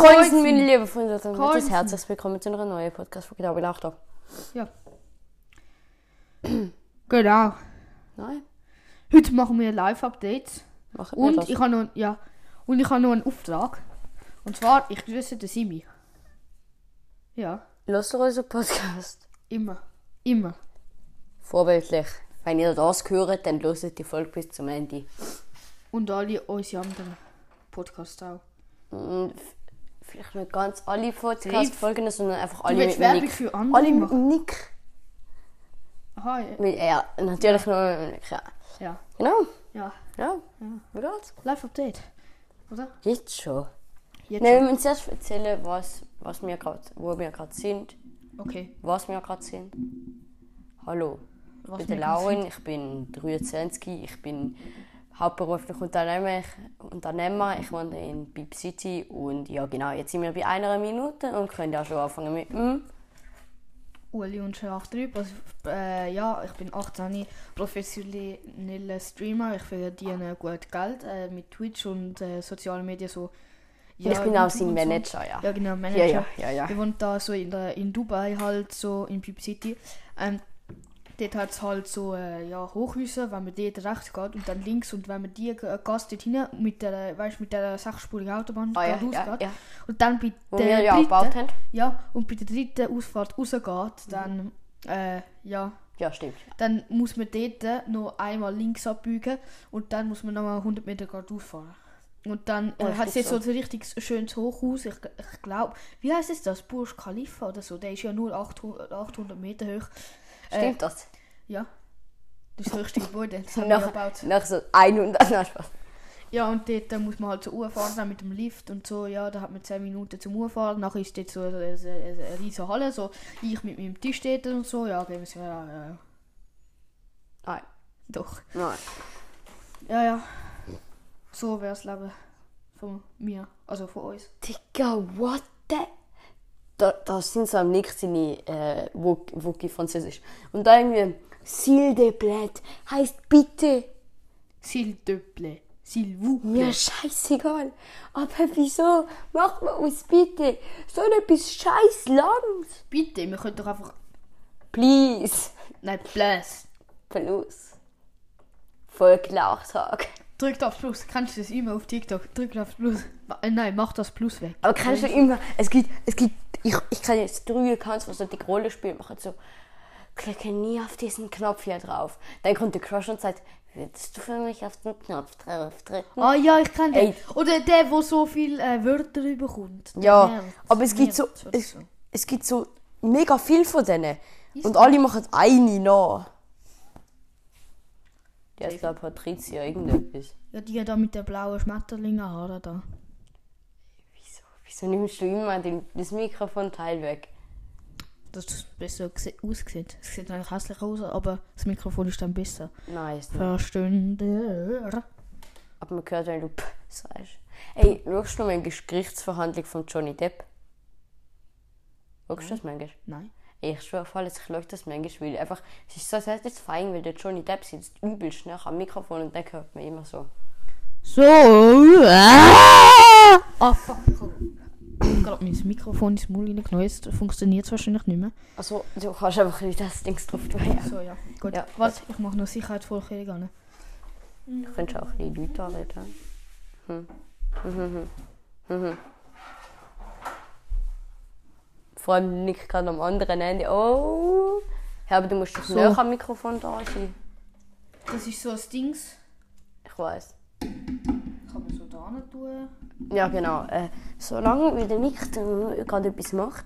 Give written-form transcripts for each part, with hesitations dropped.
Kreuzen, meine lieben Freunde, dann wird das herzlich willkommen zu einer neuen Podcast-Folge. Da bin ich auch da. Ja. Genau. Nein. Heute machen wir Live-Updates. Machen wir das. Ich habe noch einen Auftrag. Und zwar, ich grüße den Simi. Ja. Hörst du unseren Podcast? Immer. Vorbildlich. Wenn ihr das hört, dann hört die Folge bis zum Ende. Und alle unsere anderen Podcasts auch. Und vielleicht nicht ganz alle Podcast-Folgen, sondern einfach alle mit Werbung Nick. für andere Alle mit machen? Nick. Aha, ja. Ja, natürlich nur mit Nick, ja. Ja. Genau. Ja. Ja. Wie geht's? Live-Update. Oder? Jetzt schon. Jetzt Nein, wir schon. müssen zuerst erzählen, wo wir gerade sind. Okay. Was wir gerade sind. Hallo. Was Ich bin wir Laurin, ich bin 23, ich bin hauptberuflich Unternehmer. Ich wohne in Bib City und ja genau, jetzt sind wir bei 1 Minute und können ja schon anfangen mit Uli und Schlachtrüb. Also, ja, ich bin 18, professioneller Streamer. Ich verdiene gut Geld mit Twitch und sozialen Medien so. Ja, ich bin auch sein YouTube und Manager, ja. Ja, genau, Manager. Ja. Wir wohnen da so in Dubai halt, so in Bib City. Dort hat es halt so Hochhäuser, wenn man dort rechts geht und dann links und wenn man die Gas dort hin mit der 6-spurigen Autobahn geradeaus geht. Ja. Und dann bei Wo wir ja auch gebaut haben. ja, und bei der dritten Ausfahrt rausgeht, dann Ja, stimmt. dann muss man dort noch einmal links abbiegen und dann muss man nochmal 100 Meter geradeaus fahren. Und dann Ja, hat es jetzt so. so ein richtig schönes Hochhaus. Ich glaube, wie heißt es das? Burj Khalifa oder so. Der ist ja nur 800 Meter hoch. Stimmt das? Ja. Das ist das höchste Gebäude. Das haben wir gebaut. Nach so 100... Nein, Spaß. Ja, und dort muss man halt zur Uhr fahren, dann mit dem Lift und so. Ja, da hat man 10 Minuten zum Uhr fahren. Nachher ist dort so eine riesige Halle. So, ich mit meinem Tisch dort und so. Ja, gehen wir so. Ja. Nein. Doch. Nein. Ja. So wäre das Leben von mir. Also von uns. Digga, what the... Da sind so am nächsten Wookie Französisch. Und da irgendwie... S'il te plaît heißt bitte. S'il te plaît. S'il vous plaît. Mir scheißegal. Aber wieso macht man uns bitte so etwas scheiß langs? Bitte, wir können doch einfach... Please. Nein, plus. Plus. Folklauchtag. Drückt auf Plus. Kannst du das immer auf TikTok? Drückt auf Plus. Nein, mach das Plus weg. Aber kannst du immer... Es gibt... Ich kann jetzt 3 Accounts, was so die Rollenspiele machen. So... Klicke nie auf diesen Knopf hier drauf. Dann kommt der Crush und sagt, würdest du für mich auf den Knopf drauf drücken? Ah ja, ich kenne den. Ey. Oder der, der so viele Wörter bekommt. Ja, Merz, aber es gibt so, Merz oder so. es gibt so mega viel von denen. Und alle machen eine nach. Die heißt glaube Patricia irgendetwas. Ja, die da mit den blauen Schmetterlingenhaaren da. Wieso nimmst du immer das Mikrofonteil weg? Dass das besser aussieht. Es sieht eigentlich hässlich aus, aber das Mikrofon ist dann besser. Nice. Verstünder. Aber man hört, wenn du sagst. Ey, schaust du noch manchmal die Gerichtsverhandlung von Johnny Depp? Schaust du das manchmal? Nein. Ey, ich schwöre voll, ich schaue das manchmal, weil einfach, es ist so satisfying, weil der Johnny Depp sitzt übelst nach am Mikrofon und dann hört man immer so. So. Fuck. Ich habe gerade mein Mikrofon ins Maul reingenommen. Jetzt funktioniert es wahrscheinlich nicht mehr. Also, du kannst einfach das Ding drauf tun. Ja. So, ja. Gut. Ja. Warte, ich mache noch Sicherheit vor Kirchen. Du könntest auch die Leute anreden. Vor allem liegt gerade am anderen Ende. Oh! Ja, aber du musst doch So. näher am Mikrofon da sein. Das ist so ein Dings. Ich weiß. Kann man so da hin tun. Ja, genau. Solange wie der Nick gerade etwas macht,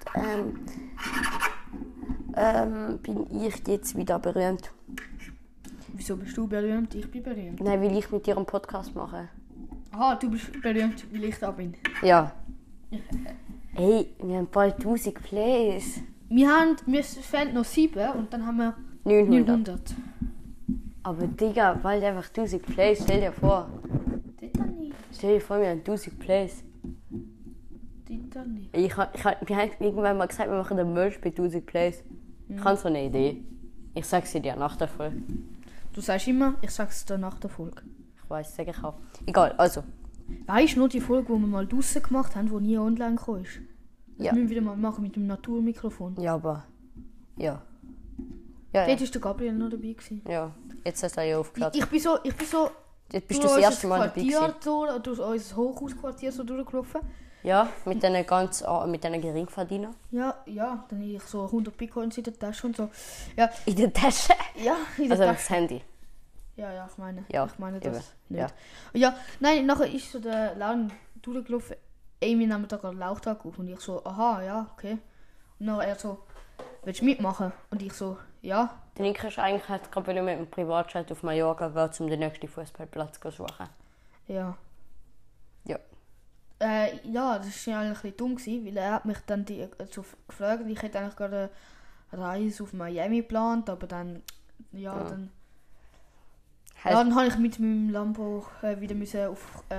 bin ich jetzt wieder berühmt. Wieso bist du berühmt? Ich bin berühmt. Nein, weil ich mit dir einen Podcast mache. Aha, du bist berühmt, weil ich da bin. Ja. Hey, wir haben bald 1000 Plays. Mir fehlen noch 7 und dann haben wir 900. 900. Aber Digga, bald einfach 1000 Plays, stell dir vor. Das nicht. Stell dir vor, wir haben 1000 Plays. Das nicht. Wir haben irgendwann mal gesagt, wir machen den Merch bei 1000 Plays. Ich habe so eine Idee. Ich sag sie dir nach der Folge. Du sagst immer, ich sag's dir nach der Folge. Ich weiß, sag ich auch. Egal, also. Weißt du noch die Folge, die wir mal draussen gemacht haben, die nie online gekommen ist? Das Ja. müssen wir wieder mal machen mit dem Naturmikrofon. Ja, aber... Ja. Ja, Dort ja. war der Gabriel noch dabei gewesen. Ja. Jetzt hast du ja aufgehört. Ich bin so Jetzt bist durch du das unser erste Mal dabei gewesen. Quartier, durch unser Hochhausquartier so durchgelaufen. Ja, mit diesen Geringverdienern. Ja, dann habe ich so 100 Bitcoins in der Tasche und so. Ja, In der Tasche. ja, in der Also Tasche. das Handy. Ja, ich meine eben. das nicht. Ja. Ja, nein, nachher ist so der Laden durchgelaufen. Ey, wir nehmen da gerade Lauchtag auf. Und ich so, aha, ja, okay. Und dann er so, willst du mitmachen? Und ich so, ja. Der Nick ist eigentlich halt gerade wieder mit dem Privatjet auf Mallorca gegangen, um den nächsten Fußballplatz zu suchen. Ja. Ja. Ja, das war ja eigentlich ein bisschen dumm, gewesen, weil er hat mich dann so gefragt. Ich hätte eigentlich gerade eine Reise auf Miami geplant, aber dann, dann habe ich mit meinem Lambo wieder müssen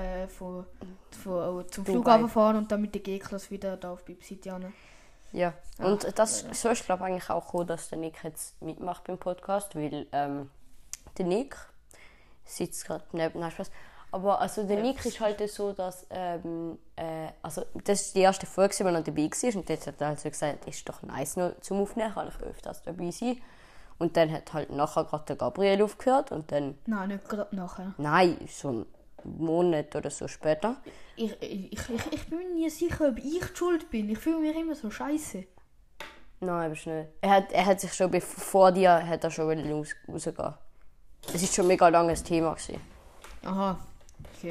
zum Flughafen fahren und dann mit der G-Klasse wieder da auf Bib City hin. Ja, und so ist glaube ich eigentlich auch cool, dass der Nick jetzt mitmacht beim Podcast, weil der Nick sitzt gerade neben, nein, Spaß. Aber also der Nick ist halt so, dass also das ist die erste Folge, wo er noch dabei war und jetzt hat er halt so gesagt, ist doch nice noch zum Aufnehmen, kann ich öfters dabei sein. Und dann hat halt nachher gerade der Gabriel aufgehört und dann... Nein, nicht gerade nachher. Nein, so einen Monat oder so später. Ich bin mir nie sicher, ob ich die schuld bin. Ich fühle mich immer so scheiße. Nein, aber schnell. Er hat sich schon vor dir hat er schon rausgehen. Es ist schon ein mega langes Thema gewesen. Aha, okay.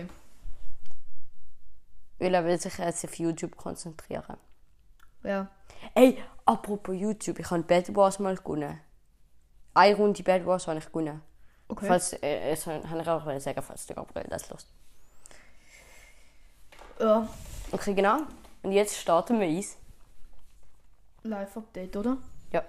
Weil er will sich jetzt auf YouTube konzentrieren. Ja. Ey, apropos YouTube, ich habe Bad Wars mal gewonnen. Eine Runde Bad Wars habe ich gewonnen. Okay. Falls, das kann ich auch sagen, falls der Gabriel das lässt. Ja. Okay, genau. Und jetzt starten wir eins. Live-Update, oder? Ja.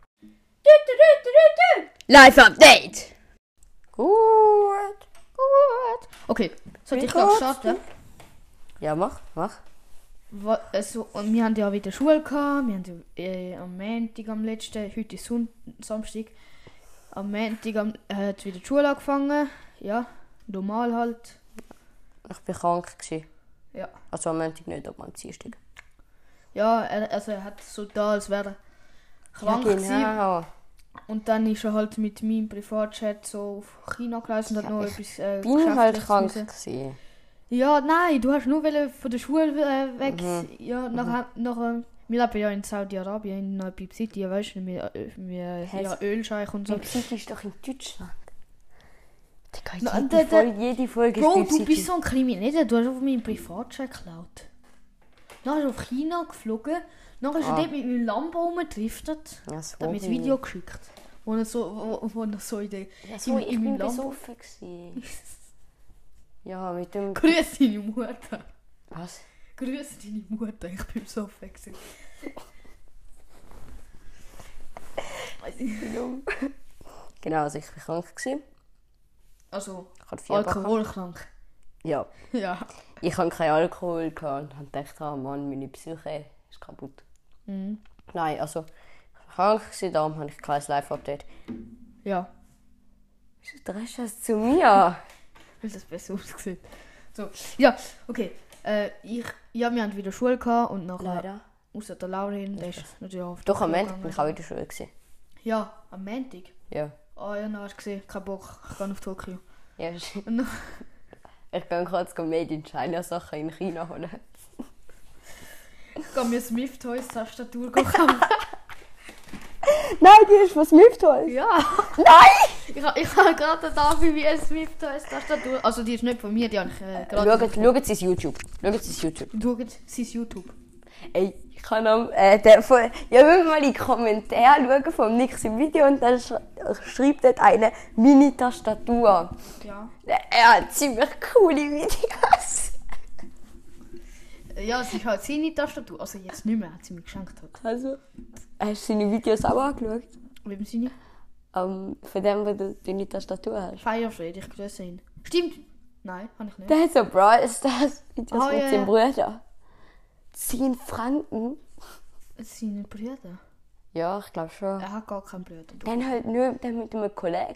Live-Update! Gut. Okay, soll ich gleich starten? Ja, mach. Also, und wir haben ja wieder Schule gehabt. Wir haben am Montag am letzten, heute ist Samstag. Am Montag hat wieder die Schule angefangen. Ja, normal halt. Ich war krank gewesen. Ja. Also am Montag nicht, aber am Dienstag. Ja, er hat so da, als wäre er krank gewesen. Genau. Und dann ist er halt mit meinem Privatchat so auf China gereist und hat noch etwas Bin halt Geschäftliches krank müssen. gewesen. Ja, nein, du hast nur von der Schule weg. Ja, nachher, wir leben ja in Saudi-Arabien, in Bib City, weißt du, wir ja, Ölscheich und so. Bib City ist doch in Deutschland. Na, jede Folge Bro, ist Bib du City. bist so ein Krimineller, du hast auf meinen Privatchat geklaut. Dann ist er auf China geflogen, dann ist er dort mit meinem Lambo rumgedriftet, Ja, dann hat mir das Video geschickt, wo er so in der... Ja, so, ich bin Lambo... besoffen gewesen. Ja, mit dem... Grüß deine Mutter. Was? Grüß deine Mutter, ich bin besoffen gewesen. Genau, also ich war krank gewesen. Also, Ich hatte Fieber. alkoholkrank. Ja. Ja. Ich hatte keinen Alkohol gehabt und habe gedacht, oh Mann, meine Psyche ist kaputt. Mhm. Nein, also ich war krank gewesen, darum habe ich kein Live-Update. Ja. Wieso drehst du das zu mir? Weil das besser aussieht. So, ja, okay. Wir haben wieder Schule gehabt und nachher... Leider. Außer der Laurin, der ist natürlich auf Doch, am Schule Montag bin ich auch in der Schule gewesen. Ja, am Montag. Ja. Ah ja, dann hast du gesehen, kein Bock, ich gehe auf Tokio. Ja, Und dann, ich gehe kurz Made in China Sachen in China holen. ich gehe mir Smith Toys Tastatur kaufen. Nein, die ist von Smith Toys. Ja. Nein! Ich habe gerade dafür wie ein Smith Toys Tastatur. Also die ist nicht von mir, die habe ich gerade... Schaut es YouTube. Schaut es YouTube. Schaut sein YouTube. Ey, ich kann am... ja, wenn mal in die Kommentare schauen vom Nix im Video und dann schreibt dort eine Mini-Tastatur. Ja. Er hat ziemlich coole Videos. Ja, es ist halt seine Tastatur. Also jetzt nicht mehr, hat sie mir geschenkt. Also, hast du seine Videos auch angeschaut? Wem seine? Von dem, wo du deine Tastatur hast. Feierfried, ich grüße ihn. Stimmt. Nein, habe ich nicht. Der hat so Brawl Stars Videos Ah, mit ja, seinem ja. Bruder. 10 Franken? Das sind seine Brüder. Ja, ich glaube schon. Er hat gar keinen Bruder. Dann halt nur dann mit einem Kollegen.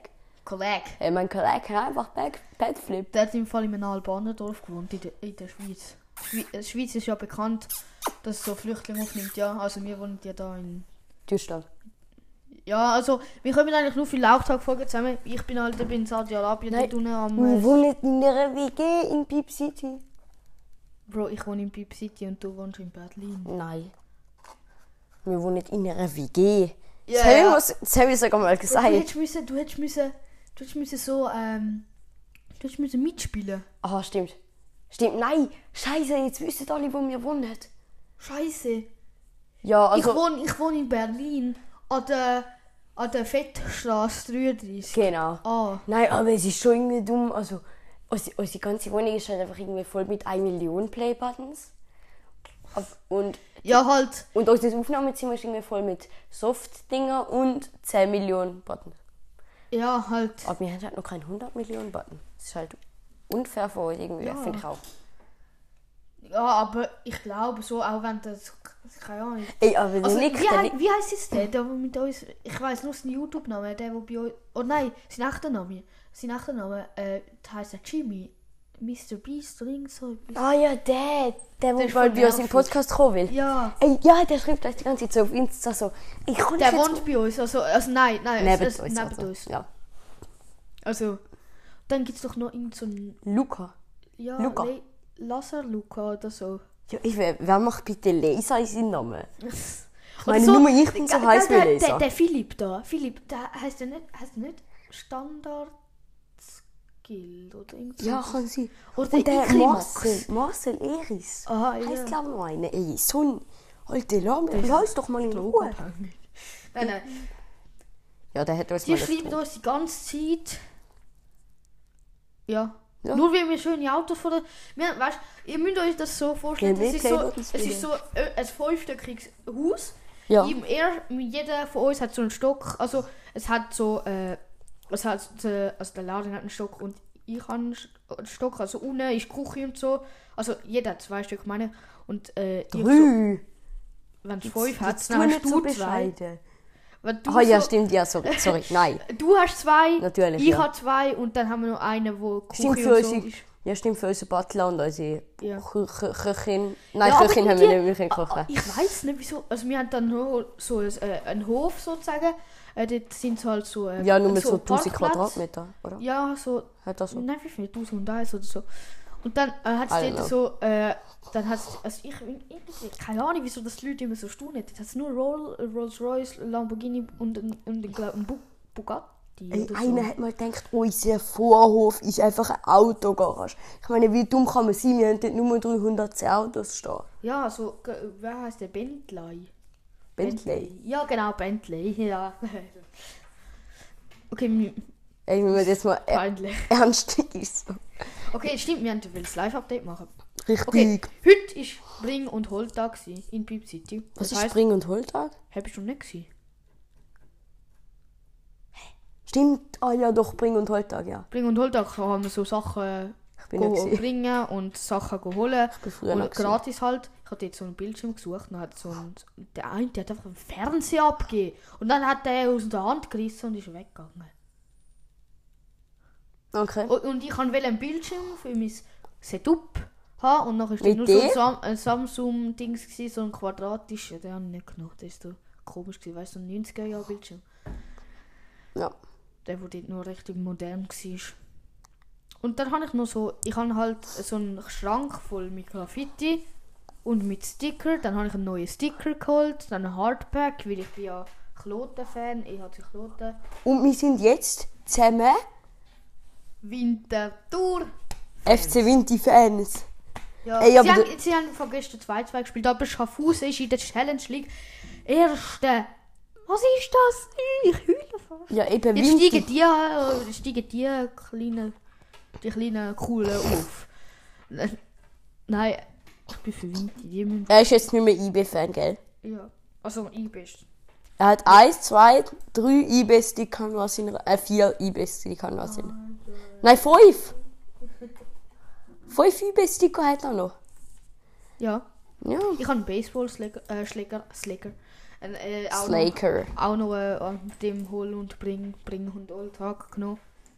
Kollege. Mein Kollege hat einfach Backflip. Der hat im Fall in einem Albanerdorf gewohnt, in der Schweiz. Die Schweiz ist ja bekannt, dass es so Flüchtlinge aufnimmt, ja. Also wir wohnen ja da in... Deutschland. Ja, also wir kommen eigentlich nur für Lauchtag-Folgen zusammen. Ich bin halt in Saudi-Arabien dort unten am... Wir wohnen in einer WG in Piep City. Bro, ich wohne in Piep City und du wohnst in Berlin. Nein. Wir wohnen in einer WG. Ja, Das habe ich sogar mal gesagt. Du hättest müssen mitspielen. Ah, stimmt. Stimmt, nein. Scheiße, jetzt wissen alle, wo wir wohnen. Scheiße. Ja, also... Ich wohne in Berlin. An der Fettstraße 33. Genau. Ah. Nein, aber es ist schon irgendwie dumm. Also, unsere ganze Wohnung ist halt einfach irgendwie voll mit 1 Million Playbuttons. Und Ja, halt. unser Aufnahmezimmer ist irgendwie voll mit Soft-Dinger und 10 Millionen Buttons. Ja, halt. Aber wir haben halt noch keinen 100 Millionen Button. Das ist halt unfair für euch irgendwie, Ja. finde ich auch. Ja, aber ich glaube so, auch wenn das... Keine Ahnung. Ey, aber Also, der Nick... wie heisst jetzt der mit uns... Ich weiss nur seinen YouTube-Namen, der bei uns... Oh nein, sein echter Name. Heisst der Jimmy. Mr. Beast oder irgend so etwas. Ah ja, der ist bald voll bei uns im nervig. Podcast kommen will. Ja. Ey, ja, der schreibt euch die ganze Zeit so auf Insta so... Ich kann Der nicht wohnt bei uns, also nein, neben uns. neben Also. uns. Ja. Also, dann gibt es doch noch irgend so einen... Luca. Ja, Luca. Lazar Luca oder so. Ja, wer macht bitte Laser in seinen Namen? Ich Oder meine, so, nur ich bin so heiß wie Laser. Der Philipp da. Philipp, der heißt der nicht Standard Skill oder irgendwas. Ja, kann sein. Oder Und der Ikrimax. Marcel Eris. Aha, ja. Heißt glaube ich noch einer. Ey, so ein alter Lamm. Lass doch mal in Ruhe. Nein. Ja, der hat uns Die mal schreiben uns die ganze Zeit. Ja. Ja. Nur weil wir schöne Autos von der... Weißt, ihr müsst euch das so vorstellen, Ja, es ist so ein 5-stöckiges Haus. Ja. Jeder von uns hat so einen Stock. Also es hat so... also der Laden hat einen Stock und ich habe einen Stock. Also unten ist die Küche und so. Also jeder hat 2 Stück, meine. Und ich so, 3. wenn es 5 hat, Jetzt dann tu hast nicht so du 2. bescheiden. Wenn du Ah ja, so- stimmt. Ja, sorry. Nein. Du hast 2, Natürlich, ich ja. habe 2 und dann haben wir noch einen, wo Stimmt Küche für und so unsere... ist. Ja, stimmt für unsere Butler und unsere Ja. Köchin. Nein, Ja, aber Köchin haben die- wir nicht, wir können kochen. Ich weiß nicht wieso. Also wir haben dann nur so einen Hof sozusagen. Dort sind halt so. Ja, nur mit so 1000 Parkplatz. Quadratmeter, oder? Ja, so. Hat das so? Nein, wie viel? 1001 oder so. Und dann hat es I dort so. Dann hat es. Also keine Ahnung, wieso das die Leute immer so staunen. Dort hat es nur Rolls-Royce, Lamborghini und ein Bugatti. Ey, Oder so. einer hat mal gedacht, unser Vorhof ist einfach eine Autogarage. Ich meine, wie dumm kann man sein? Wir haben dort nur 310 Autos stehen. Ja, so. Wer heißt der? Bentley. Bentley. Ja, genau, Bentley. Ja. Okay, Ey, wenn man das mal peinlich. ernstlich ist. So. Okay, stimmt, wir wollten das Live-Update machen. Richtig. Okay, heute war Bring- und Holtag in Piep City. Was Das ist heisst, Spring- und Holtag? Hab ich schon nicht gesehen. Stimmt. Ah ja, doch, Bring- und Holtag, ja. Bring- und Holtag haben wir so Sachen Ich bin nicht gewesen. bringen und Sachen holen. bin früher noch Und gratis halt. Ich habe jetzt so einen Bildschirm gesucht und hat so der eine, der hat einfach einen Fernseher abgegeben. Und dann hat der aus der Hand gerissen und ist weggegangen. Okay. Und ich wollte einen Bildschirm für mein Setup haben und nachher ist Mit nur dir? so ein Samsung-Dings gewesen, so ein quadratischer, den habe ich nicht genommen. Das ist so komisch gewesen, weißt du, so ein 90er-Jahr-Bildschirm. Ja. Der, der dort noch richtig modern war. Und dann habe ich noch so, ich habe halt so einen Schrank voll mit Graffiti und mit Sticker. Dann habe ich einen neuen Sticker geholt, dann ein Hardback, weil ich bin ja Kloten-Fan, ich hatte Kloten. Und wir sind jetzt zusammen Winterthur! FC Vinti-Fans. Ja, Ey, aber sie haben von gestern 2-2 gespielt, aber Schaffhausen ist in der Challenge League Erste. Was ist das? Ich heule fast. Ja, eben Jetzt Vinti. steigen die kleinen Coolen auf. Nein, ich bin für Vinti. Die müssen... Er ist jetzt nicht mehr IB-Fan, gell? Ja, also IB-St. Er hat 1, 2, 3 IB-Sticker an seiner... 4 IB-Sticker an seiner... Nein, 5! 5 IB-Sticker hat er noch. Ja, Ja. ich habe einen Baseball-Schläger. Slaker. Auch noch an dem Hol- und Bring- und Alltag genommen.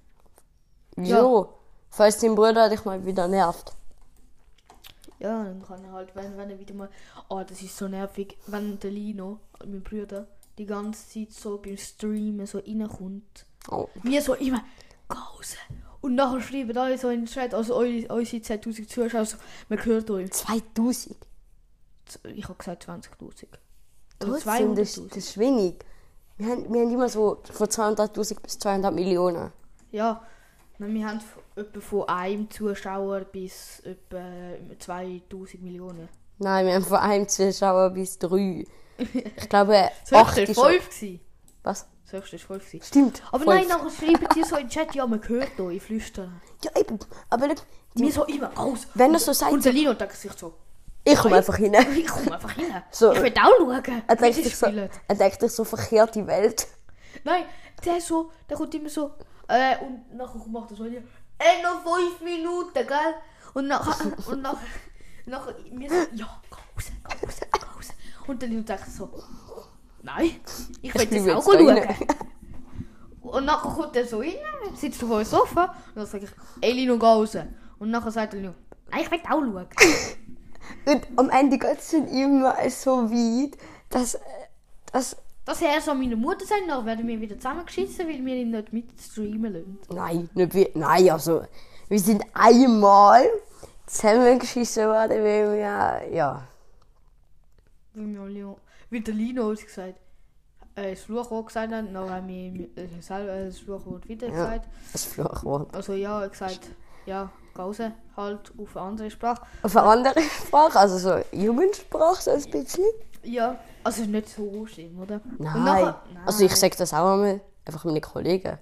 Wieso? Falls dein Bruder dich mal wieder nervt. Ja, dann kann er halt, wenn er wieder mal... Oh, das ist so nervig, wenn der Lino, mein Bruder, die ganze Zeit so beim Streamen so reinkommt. Oh. Wir so immer raus. Und nachher schreiben alle so in den Chat, also unsere 2000 Zuschauer, so, man hört euch. 2000? Ich habe gesagt 20'000. Trotzdem, das ist wenig. Wir haben immer so von 200'000 bis 200 Millionen. Ja, wir haben etwa von einem Zuschauer bis etwa 2000 Millionen. Nein, wir haben von einem Zuschauer bis 3. Ich glaube, Das 8 höchste ist war schon... 5 gewesen. Was? Das höchste war 5 gewesen. Stimmt. Aber 5. nein, nachher schreiben die so in den Chat, ja, man hört euch flüstern. Ja, eben. Aber look, Wir so immer raus. wenn er so sagt, Und der Lino denkt sich so, ich komme einfach hin. ich komme einfach hin. So. Ich will auch schauen, Er wie denkt sie sich so, spielen. so verkehrt die Welt. Nein, der kommt immer so, und nachher macht er so, noch 5 Minuten, gell? Und nachher, wir so, ja, raus. Und der Lino denkt so, nein, ich will Ich das auch will jetzt schauen. Und nachher kommt er so rein, sitzt auf dem Sofa, und dann sage ich, ey Lino, geh raus. Und nachher sagt der Lino, nein, ich will auch schauen. Und am Ende geht es dann immer so weit, dass Dass er so meine Mutter sagt, dann werden wir wieder zusammengeschissen, weil wir ihn nicht mit streamen lassen. nein, nicht wie, nein, also wir sind einmal zusammengeschissen worden, weil wir, ja, Wie der Lino uns gesagt das Fluchwort gesagt hat, dann haben wir ihm selber das Fluchwort wieder Ja. gesagt. das Fluchwort. Also ja, er hat gesagt, ja, geh raus, halt auf eine andere Sprache. Auf eine andere Sprache, also so Jugendsprache, so ein bisschen. Ja, also nicht so schlimm, oder? Nein. Und nachher, Also ich sage das auch einmal, einfach meinen Kollegen.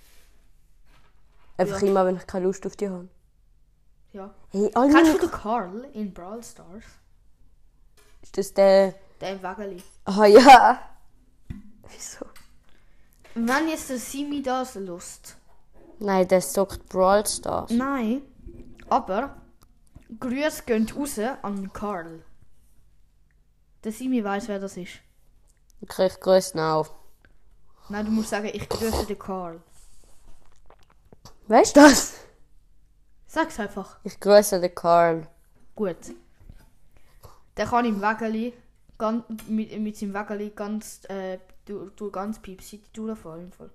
Einfach Ja. immer, wenn ich keine Lust auf die habe. Ja. Hey, alle Kennst meine... du den Carl in Brawl Stars? Ist das der... Der im Wägeli. Ah ja. Wieso? Wenn jetzt der Simi das lust. Nein, der sagt Brawl Stars. Nein, aber Grüße gehen raus an Carl. Der Simi weiss, wer das ist. Ich krieg Größen auf. Nein, du musst sagen, ich grüße den Carl. Weißt du das? Sag's einfach. Ich grüße den Karl. Gut. Der kann im Wägeli mit seinem Wägeli ganz durch ganz Piep City durchfahren. Im Fall.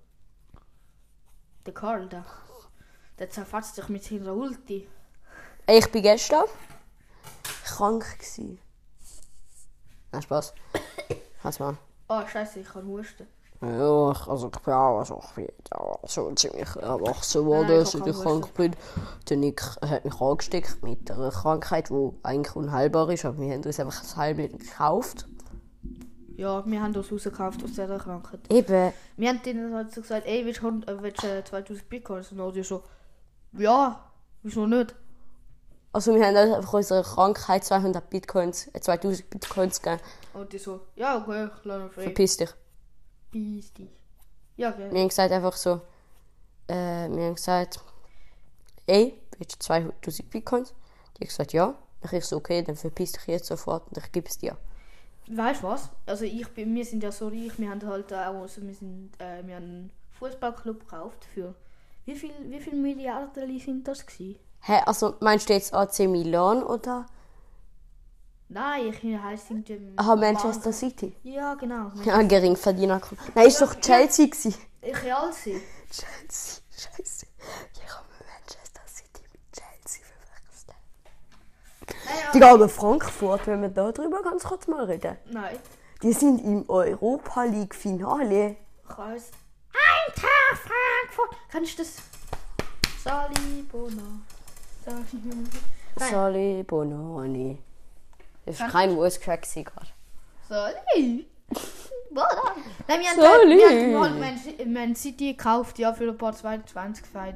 Der Karl, der zerfetzt sich mit seiner Ulti. Ich bin gestern krank gsi. Nein, Spaß. Lass mal. Oh, scheiße, ich kann husten. Ja, ich bin auch so ziemlich erwachsen Nein, worden, ich seit kann ich krank bin. Dann hat mich angesteckt mit einer Krankheit, die eigentlich unheilbar ist, aber wir haben uns einfach das Heilmittel gekauft. Ja, wir haben das rausgekauft aus dieser Krankheit. Eben. Wir haben denen halt so gesagt, ey, willst du 2000 Bitcoin? Und die so, ja, wieso nicht? Also wir haben uns einfach unserer Krankheit 2000 Bitcoins gegeben. Und die so, ja, okay, ich lasse ihn frei. Verpiss dich. Peace dich. Ja, okay. Wir haben gesagt einfach so, wir haben gesagt, ey, willst du 2000 Bitcoins? Die hat gesagt, ja. Dann ich so, okay, dann verpiss dich jetzt sofort und ich gebe es dir. Weißt du was? Also wir sind ja so reich, wir haben halt auch, also wir haben einen Fußballclub gekauft für, wie viel Milliarden sind das gewesen? Hä, also meinst du jetzt AC Milan oder? Nein, ich heiße in dem... Aha, Manchester City. Ja, genau. Ja, Geringverdiener. Nein, ist doch Chelsea gewesen. Chelsea. Chelsea, scheiße. Ich habe Manchester City mit Chelsea verwechselt. Die gehen nach Frankfurt, wenn wir da drüber ganz kurz mal reden. Nein. Die sind im Europa League Finale. Ich weiss. Eintracht Frankfurt. Kennst du das? Salibona. Nein. Sali Bononi. Das war kein Voice-Crack gerade. Sali. Nein, wir Sali. haben halt Man City gekauft, ja, für ein paar 22, 4,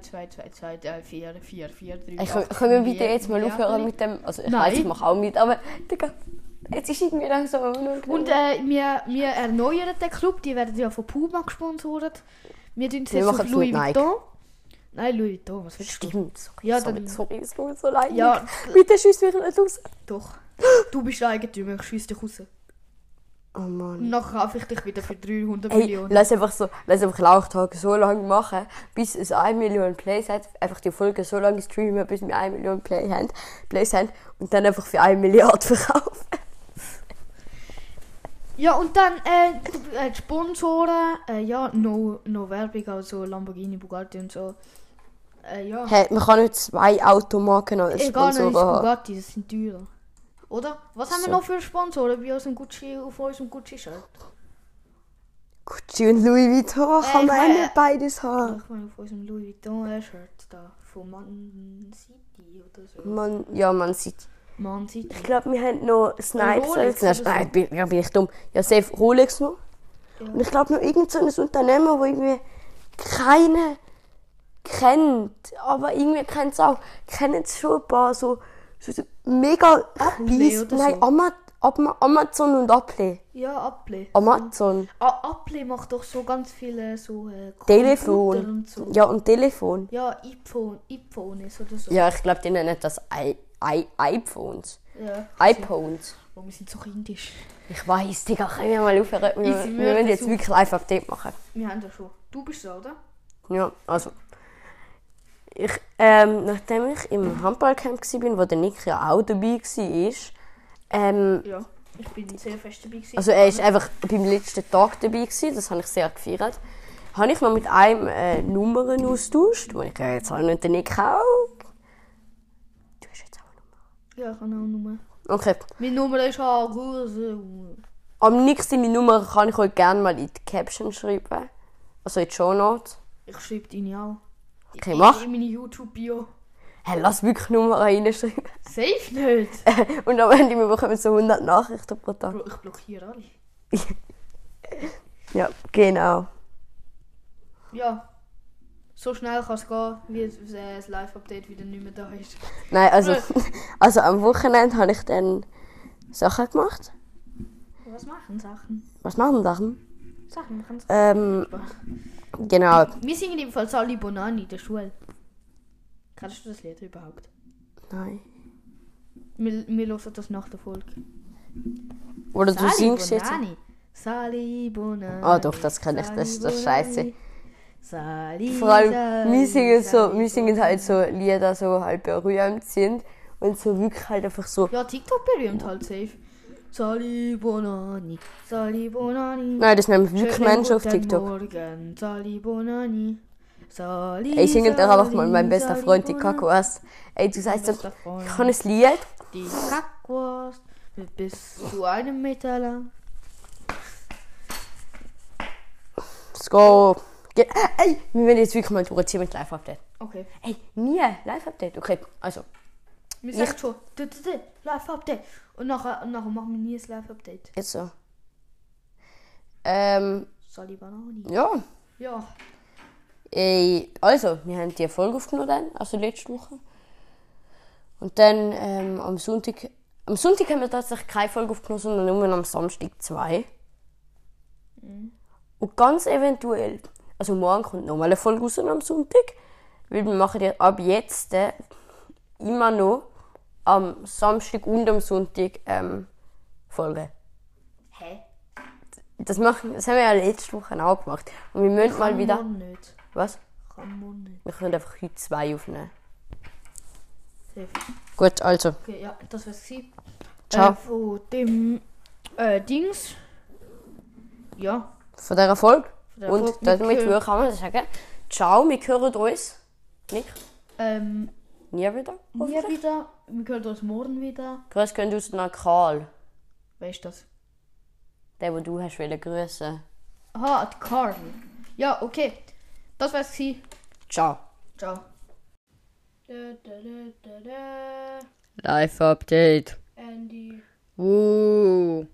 4, 3. Können wir bitte jetzt mal aufhören mit dem? Also ich Nein. weiß, ich mache auch mit, aber Digga, jetzt ist irgendwie lang so unangenehm. Und wir erneuern den Club, die werden ja von Puma gesponsert. Wir tun es Wir jetzt machen auf es Louis mit Nike. Vuitton. Nein, Louis Vuitton, was willst du? Stimmt, sorry, Ja, sorry, dann- sorry, es tut mir so leid. Ja. Bitte schieß mich nicht raus. Doch. Du bist der Eigentümer, ich schiesse dich raus. Oh Mann. Und nachher kaufe ich dich wieder für 300 Ey, Millionen. lass einfach Lauchtag so lange machen, bis es 1 Million Plays hat. Einfach die Folge so lange streamen, bis wir 1 Million Plays haben. Und dann einfach für 1 Milliarde verkaufen. Ja, und dann die Sponsoren, ja, no Werbung, also Lamborghini, Bugatti und so. Ja. Hey, man kann nicht 2 Automarken als Egal, nicht Sponsoren haben. Bugatti, das sind teurer. Oder? Was haben wir So. noch für Sponsoren bei unserem Gucci, auf unserem Gucci-Shirt? Gucci und Louis Vuitton kann man ich auch meine- nicht beides haben. Ich meine, auf unserem Louis Vuitton-Shirt da, von Man City oder so. Man sieht. Man City. Ich glaube, wir haben noch Snipes. Rolex Nein, oder so. nein, bin ich dumm. Ja, safe Rolex noch. Ja. Und ich glaube noch irgend so ein Unternehmen, wo irgendwie keiner kennt. Aber irgendwie kennt es auch. Kennen es schon ein paar so mega kleines. oder Nein, so. Amazon und Apple. Ja, Apple. Amazon. Apple macht doch so ganz viele so Computer Telefon. und so. Ja, und Telefon. Ja, iPhone ist oder so. Ja, ich glaube, die nennen das iPhones. Ja. iPhones. Oh, wir sind so indisch. Ich weiss, Digga, können wir mal aufhören? Wir Easy, müssen jetzt so. wirklich Live-Update machen. Wir haben das schon. Du bist da, oder? Ja, also. Nachdem ich im Handballcamp war, wo der Nick ja auch dabei war, Ja. Ich bin sehr fest dabei gewesen. also er war einfach beim letzten Tag dabei, das habe ich sehr gefeiert, habe ich noch mit einem Nummern austauscht, wo ich ja jetzt habe nicht den Nick auch. Du hast jetzt auch eine Nummer. Ja, ich habe auch eine Nummer. Okay. Meine Nummer ist Hause. Am Nick seine Nummer kann ich euch gerne mal in die Caption schreiben. Also in die Show Notes. Ich schreibe deine auch. Okay, mach. In meine YouTube-Bio. Hey, lass wirklich Nummer reinschreiben. Safe nicht. Und am Ende wir bekommen so 100 Nachrichten pro Tag. Ich blockiere alle. Ja, genau. Ja. So schnell kann es gehen, wie das Live-Update wieder nicht mehr da ist. Nein, also am Wochenende habe ich dann Sachen gemacht. Was machen Sachen? Was machen Sachen? Sachen machen Spaß. Genau. Wir singen ebenfalls Sali Bonani in der Schule. Kannst du das Lied überhaupt? Nein. Wir hören das nach der Folge. Oder du singst jetzt. Bonani. Sali Bonani. Ah doch, das kann ich, das ist scheiße. Sali, Vor allem, wir singen halt so Lieder, so halt berühmt sind. Und so wirklich halt einfach so. Ja, TikTok berühmt halt safe. Sali Bonani, Sali Bonani. Nein, das nehmen wirklich Schönen Menschen auf guten TikTok. Morgen, Sali Bonani. Sali, Ey, ich singe doch einfach mal Sali, mein bester Sali Freund, die Bonani. Kackwurst. Ey, du sagst so, Bester Freund. ich kann ein Lied. Die Kackwurst wird bis zu 1 Meter lang. Let's go. Ey, wir werden jetzt wirklich mal durchziehen mit Live-Update. Okay. Ey, nie Live-Update. Okay, also. Wir sagen schon, Live-Update. Und nachher machen wir nie ein Live-Update. Jetzt so. Sali Bonani. Ja. Ja. Ey, also, wir haben die Folge aufgenommen dann, also letzte Woche. Und dann am Sonntag haben wir tatsächlich keine Folge aufgenommen, sondern nur am Samstag 2. Und ganz eventuell, also morgen kommt nochmal eine Folge raus am Sonntag, weil wir machen ja ab jetzt immer noch am Samstag und am Sonntag Folgen. Hä? Das haben wir ja letzte Woche auch gemacht. Und wir müssen mal wieder... Kann man nicht. Was? Kann man nicht. Wir können einfach heute 2 aufnehmen. Safe. Gut, also. Okay, ja, das war's gewesen. Ciao. Von dem Dings. Ja. Von dieser Folge. Von der Und Folge. damit Wir kann man sagen, ciao, wir hören uns. Nick, nie wieder. nie wieder. Wir hören uns morgen wieder. Grüß gehen aus nach Karl. Wer ist das? Der, den du hast grüßen. Aha, die Karl. Ja, okay. Das war's gewesen. Ciao. Ciao. Da, da, da, da, da. Live Update. Andy. Woo.